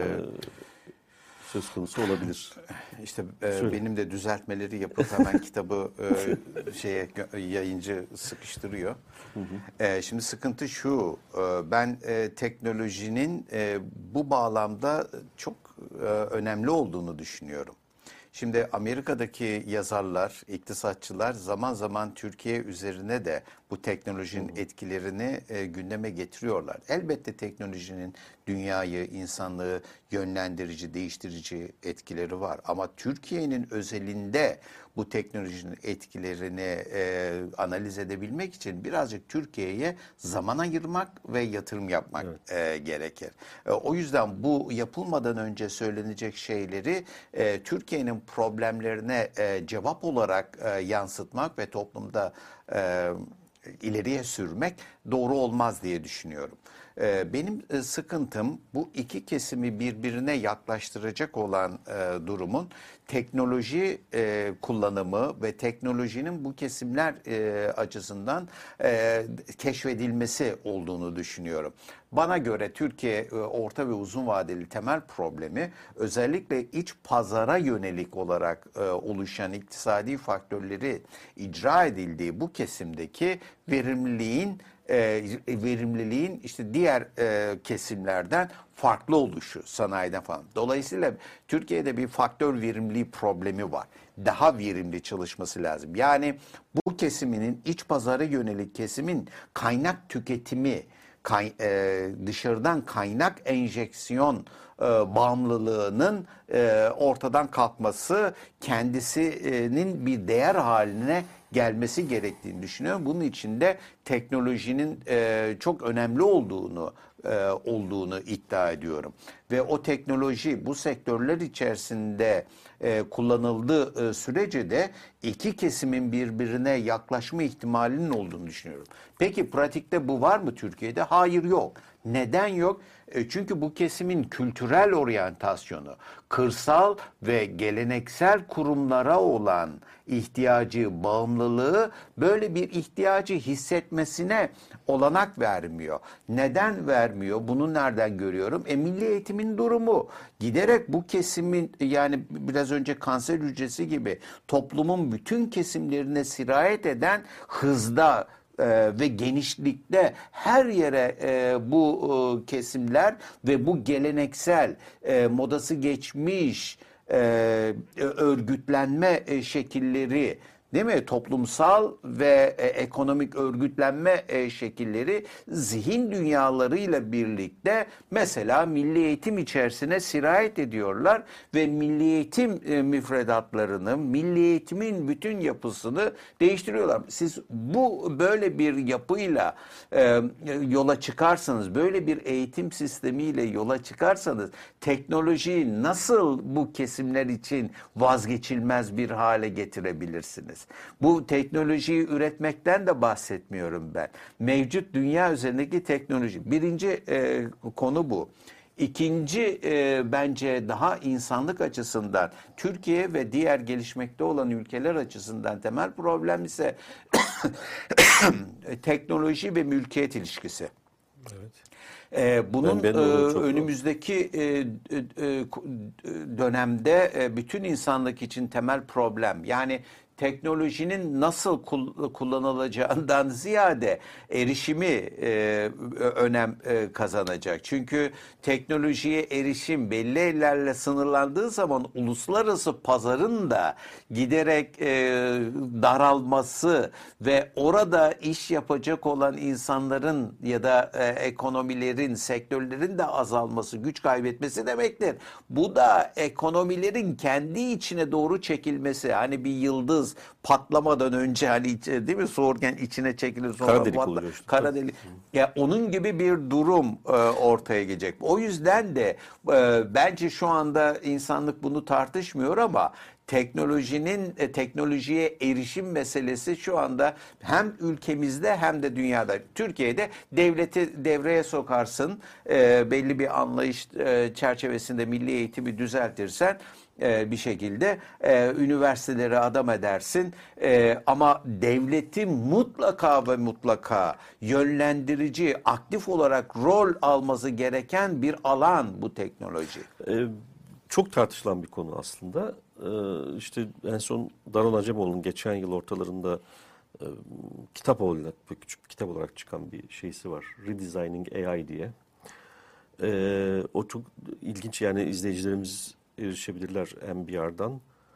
söz konusu olabilir. işte Söyle. benim de düzeltmeleri yapıp hemen kitabı yayıncı sıkıştırıyor. Şimdi sıkıntı şu, ben teknolojinin bu bağlamda çok önemli olduğunu düşünüyorum. Şimdi Amerika'daki yazarlar, iktisatçılar zaman zaman Türkiye üzerine de bu teknolojinin etkilerini gündeme getiriyorlar. Elbette teknolojinin dünyayı, insanlığı yönlendirici, değiştirici etkileri var. Ama Türkiye'nin özelinde bu teknolojinin etkilerini analiz edebilmek için birazcık Türkiye'ye zaman ayırmak ve yatırım yapmak gerekir. O yüzden bu yapılmadan önce söylenecek şeyleri Türkiye'nin problemlerine cevap olarak yansıtmak ve toplumda ileriye sürmek doğru olmaz diye düşünüyorum. Benim sıkıntım bu iki kesimi birbirine yaklaştıracak olan durumun teknoloji kullanımı ve teknolojinin bu kesimler açısından keşfedilmesi olduğunu düşünüyorum. Bana göre Türkiye orta ve uzun vadeli temel problemi özellikle iç pazara yönelik olarak oluşan iktisadi faktörleri icra edildiği bu kesimdeki verimliliğin işte diğer kesimlerden farklı oluşu, sanayiden falan. Dolayısıyla Türkiye'de bir faktör verimliliği problemi var. Daha verimli çalışması lazım. Yani bu kesiminin iç pazara yönelik kesimin kaynak tüketimi, dışarıdan kaynak enjeksiyon bağımlılığının ortadan kalkması, kendisinin bir değer haline gelmesi gerektiğini düşünüyorum. Bunun için de teknolojinin çok önemli olduğunu iddia ediyorum. Ve o teknoloji bu sektörler içerisinde kullanıldığı sürece de iki kesimin birbirine yaklaşma ihtimalinin olduğunu düşünüyorum. Peki pratikte bu var mı Türkiye'de? Hayır, yok. Neden yok? Çünkü bu kesimin kültürel oryantasyonu, kırsal ve geleneksel kurumlara olan ihtiyacı, bağımlılığı böyle bir ihtiyacı hissetmesine olanak vermiyor. Neden vermiyor? Bunu nereden görüyorum? Milli eğitimin durumu. Giderek bu kesimin, yani biraz önce kanser hücresi gibi toplumun bütün kesimlerine sirayet eden hızda ve genişlikte her yere bu kesimler ve bu geleneksel modası geçmiş örgütlenme şekilleri, değil mi? Toplumsal ve ekonomik örgütlenme şekilleri zihin dünyalarıyla birlikte mesela milli eğitim içerisine sirayet ediyorlar ve milli eğitim müfredatlarını, milli eğitimin bütün yapısını değiştiriyorlar. Siz böyle bir yapıyla yola çıkarsanız, böyle bir eğitim sistemiyle yola çıkarsanız teknolojiyi nasıl bu kesimler için vazgeçilmez bir hale getirebilirsiniz? Bu teknolojiyi üretmekten de bahsetmiyorum ben. Mevcut dünya üzerindeki teknoloji. Birinci konu bu. İkinci bence daha insanlık açısından, Türkiye ve diğer gelişmekte olan ülkeler açısından temel problem ise teknoloji ve mülkiyet ilişkisi. Evet. Bunun Ben de onu çok önümüzdeki dönemde bütün insanlık için temel problem. Yani teknolojinin nasıl kullanılacağından ziyade erişimi önem kazanacak. Çünkü teknolojiye erişim belli ellerle sınırlandığı zaman uluslararası pazarın da giderek daralması ve orada iş yapacak olan insanların ya da ekonomilerin, sektörlerin de azalması, güç kaybetmesi demektir. Bu da ekonomilerin kendi içine doğru çekilmesi. Hani bir yıldız patlamadan önce, hani değil mi, soğurken içine çekilir, sonra kara delik oluyor işte. kara delik. Ya onun gibi bir durum ortaya gelecek. O yüzden de bence şu anda insanlık bunu tartışmıyor ama teknolojiye erişim meselesi şu anda hem ülkemizde hem de dünyada. Türkiye'de devleti devreye sokarsın, belli bir anlayış çerçevesinde milli eğitimi düzeltirsen bir şekilde üniversiteleri adam edersin. Ama devletin mutlaka ve mutlaka yönlendirici, aktif olarak rol alması gereken bir alan bu teknoloji. Çok tartışılan bir konu aslında. İşte en son Daron Acemoğlu'nun geçen yıl ortalarında kitap olarak, küçük bir kitap olarak çıkan bir şeysi var. Redesigning AI diye. O çok ilginç, yani izleyicilerimiz erişebilirler NPR'dan.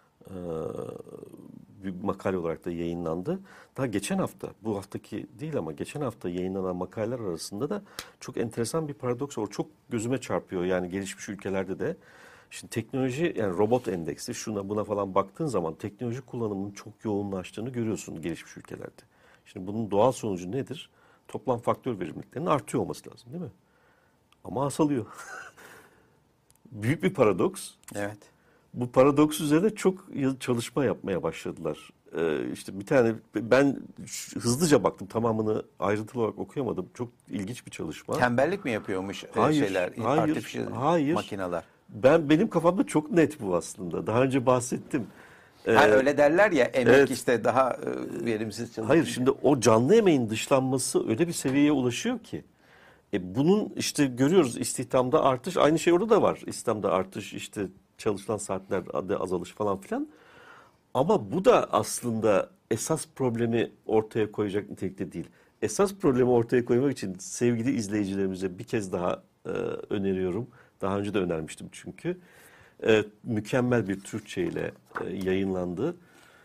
Bir makale olarak da yayınlandı. Daha geçen hafta, bu haftaki değil ama geçen hafta yayınlanan makaleler arasında da çok enteresan bir paradoks var. Çok gözüme çarpıyor, yani gelişmiş ülkelerde de. Şimdi teknoloji, yani robot endeksi, şuna buna falan baktığın zaman teknoloji kullanımının çok yoğunlaştığını görüyorsun gelişmiş ülkelerde. Şimdi bunun doğal sonucu nedir? Toplam faktör verimliliklerinin artıyor olması lazım, değil mi? Ama azalıyor. Büyük bir paradoks. Evet. Bu paradoks üzerine çok çalışma yapmaya başladılar. İşte bir tane, ben hızlıca baktım, tamamını ayrıntılı olarak okuyamadım. Çok ilginç bir çalışma. Tembellik mi yapıyormuş şeyler, artificial makineler? Benim kafamda çok net bu aslında. Daha önce bahsettim. Öyle derler ya, emek evet. işte daha verimsiz çalışıyor. Hayır, şimdi o canlı emeğin dışlanması öyle bir seviyeye ulaşıyor ki. Bunun işte görüyoruz, istihdamda artış, aynı şey orada da var. İstihdamda artış, işte çalışılan saatlerde azalış falan filan. Ama bu da aslında esas problemi ortaya koyacak nitelikte değil. Esas problemi ortaya koymak için sevgili izleyicilerimize bir kez daha öneriyorum. Daha önce de önermiştim çünkü. Mükemmel bir Türkçe ile yayınlandı.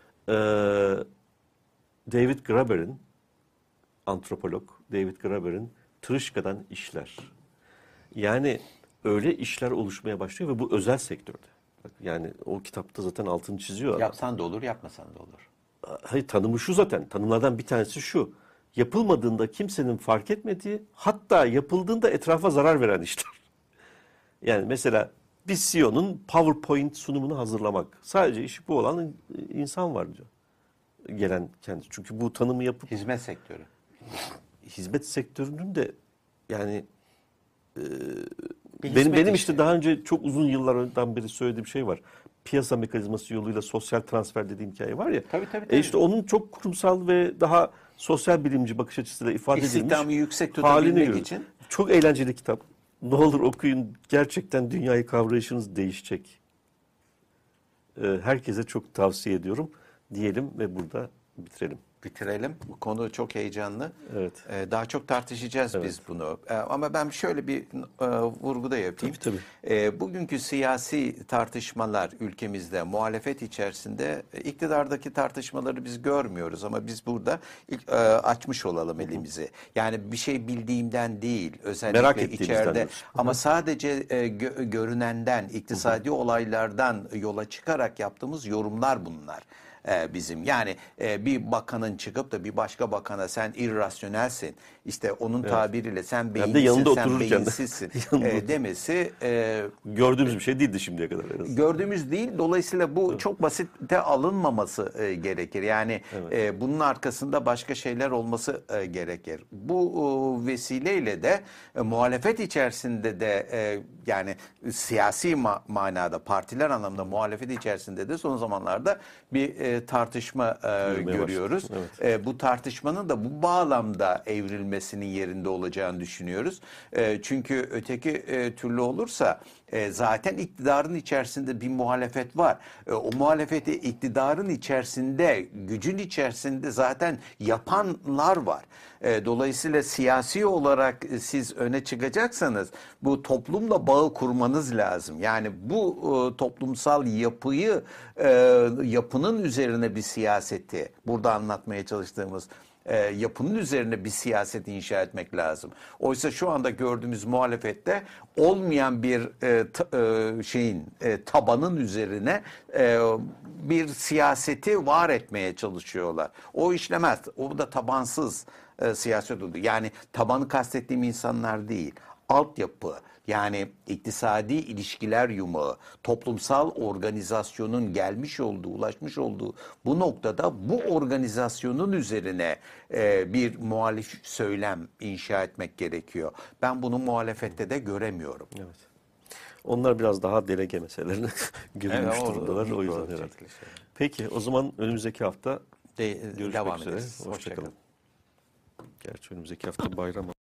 David Graeber'in, antropolog David Graeber'in Tırışka'dan işler. Yani öyle işler oluşmaya başlıyor ve bu özel sektörde. Yani o kitapta zaten altını çiziyor. Yapsan da olur, yapmasan da olur. Hayır, tanımı şu zaten. Tanımlardan bir tanesi şu. Yapılmadığında kimsenin fark etmediği, hatta yapıldığında etrafa zarar veren işler. Yani mesela bir CEO'nun PowerPoint sunumunu hazırlamak. Sadece işi bu olan insan var diyor. Gelen kendisi. Çünkü bu tanımı yapıp... Hizmet sektörü. Hizmet sektörünün de yani... Bir benim hizmet işte daha önce çok uzun yıllardan beri söylediğim şey var. Piyasa mekanizması yoluyla sosyal transfer dediğim hikaye var ya. Tabii. İşte onun çok kurumsal ve daha sosyal bilimci bakış açısıyla ifade edilmiş İstihdamı yüksek halini tutabilmek görüyoruz. için. Çok eğlenceli kitap. Ne olur okuyun. Gerçekten dünyayı kavrayışınız değişecek. Herkese çok tavsiye ediyorum diyelim ve burada bitirelim. Bitirelim. Bu konu çok heyecanlı. Evet. Daha çok tartışacağız biz bunu. Ama ben şöyle bir vurguda yapayım. Tabii. Bugünkü siyasi tartışmalar ülkemizde, muhalefet içerisinde iktidardaki tartışmaları biz görmüyoruz ama biz burada açmış olalım elimizi. Yani bir şey bildiğimden değil, özellikle içeride ama sadece görünenden, iktisadi olaylardan yola çıkarak yaptığımız yorumlar bunlar. Bizim yani bir bakanın çıkıp da bir başka bakana sen irrasyonelsin, işte onun tabiriyle sen beyinsiz, sen beyinsizsin demesi gördüğümüz bir şey değildi şimdiye kadar. Gördüğümüz değil, dolayısıyla bu çok basite alınmaması gerekir. Yani bunun arkasında başka şeyler olması gerekir. Bu vesileyle de muhalefet içerisinde de yani siyasi manada, partiler anlamında muhalefet içerisinde de son zamanlarda bir tartışma görüyoruz. Evet. Bu tartışmanın da bu bağlamda evrilmesinin yerinde olacağını düşünüyoruz. Çünkü öteki türlü olursa zaten iktidarın içerisinde bir muhalefet var. O muhalefeti iktidarın içerisinde, gücün içerisinde zaten yapanlar var. Dolayısıyla siyasi olarak siz öne çıkacaksanız bu toplumla bağı kurmanız lazım. Yani bu toplumsal yapının üzerine bir siyaseti, burada anlatmaya çalıştığımız yapının üzerine bir siyaset inşa etmek lazım. Oysa şu anda gördüğümüz muhalefette olmayan bir tabanın üzerine bir siyaseti var etmeye çalışıyorlar. O işlemez. O da tabansız siyaset oldu. Yani tabanı kastettiğim insanlar değil. Altyapı, yani iktisadi ilişkiler yumağı, toplumsal organizasyonun gelmiş olduğu, ulaşmış olduğu bu noktada bu organizasyonun üzerine bir muhalif söylem inşa etmek gerekiyor. Ben bunu muhalefette de göremiyorum. Evet. Onlar biraz daha delege meselelerine gömülmüş Evet, durumdalar. O yüzden doğru, herhalde. çekiliş. Peki o zaman önümüzdeki hafta görüşmek Devam üzere. ederiz. Hoşça kalın. Gerçi önümüzdeki hafta bayram.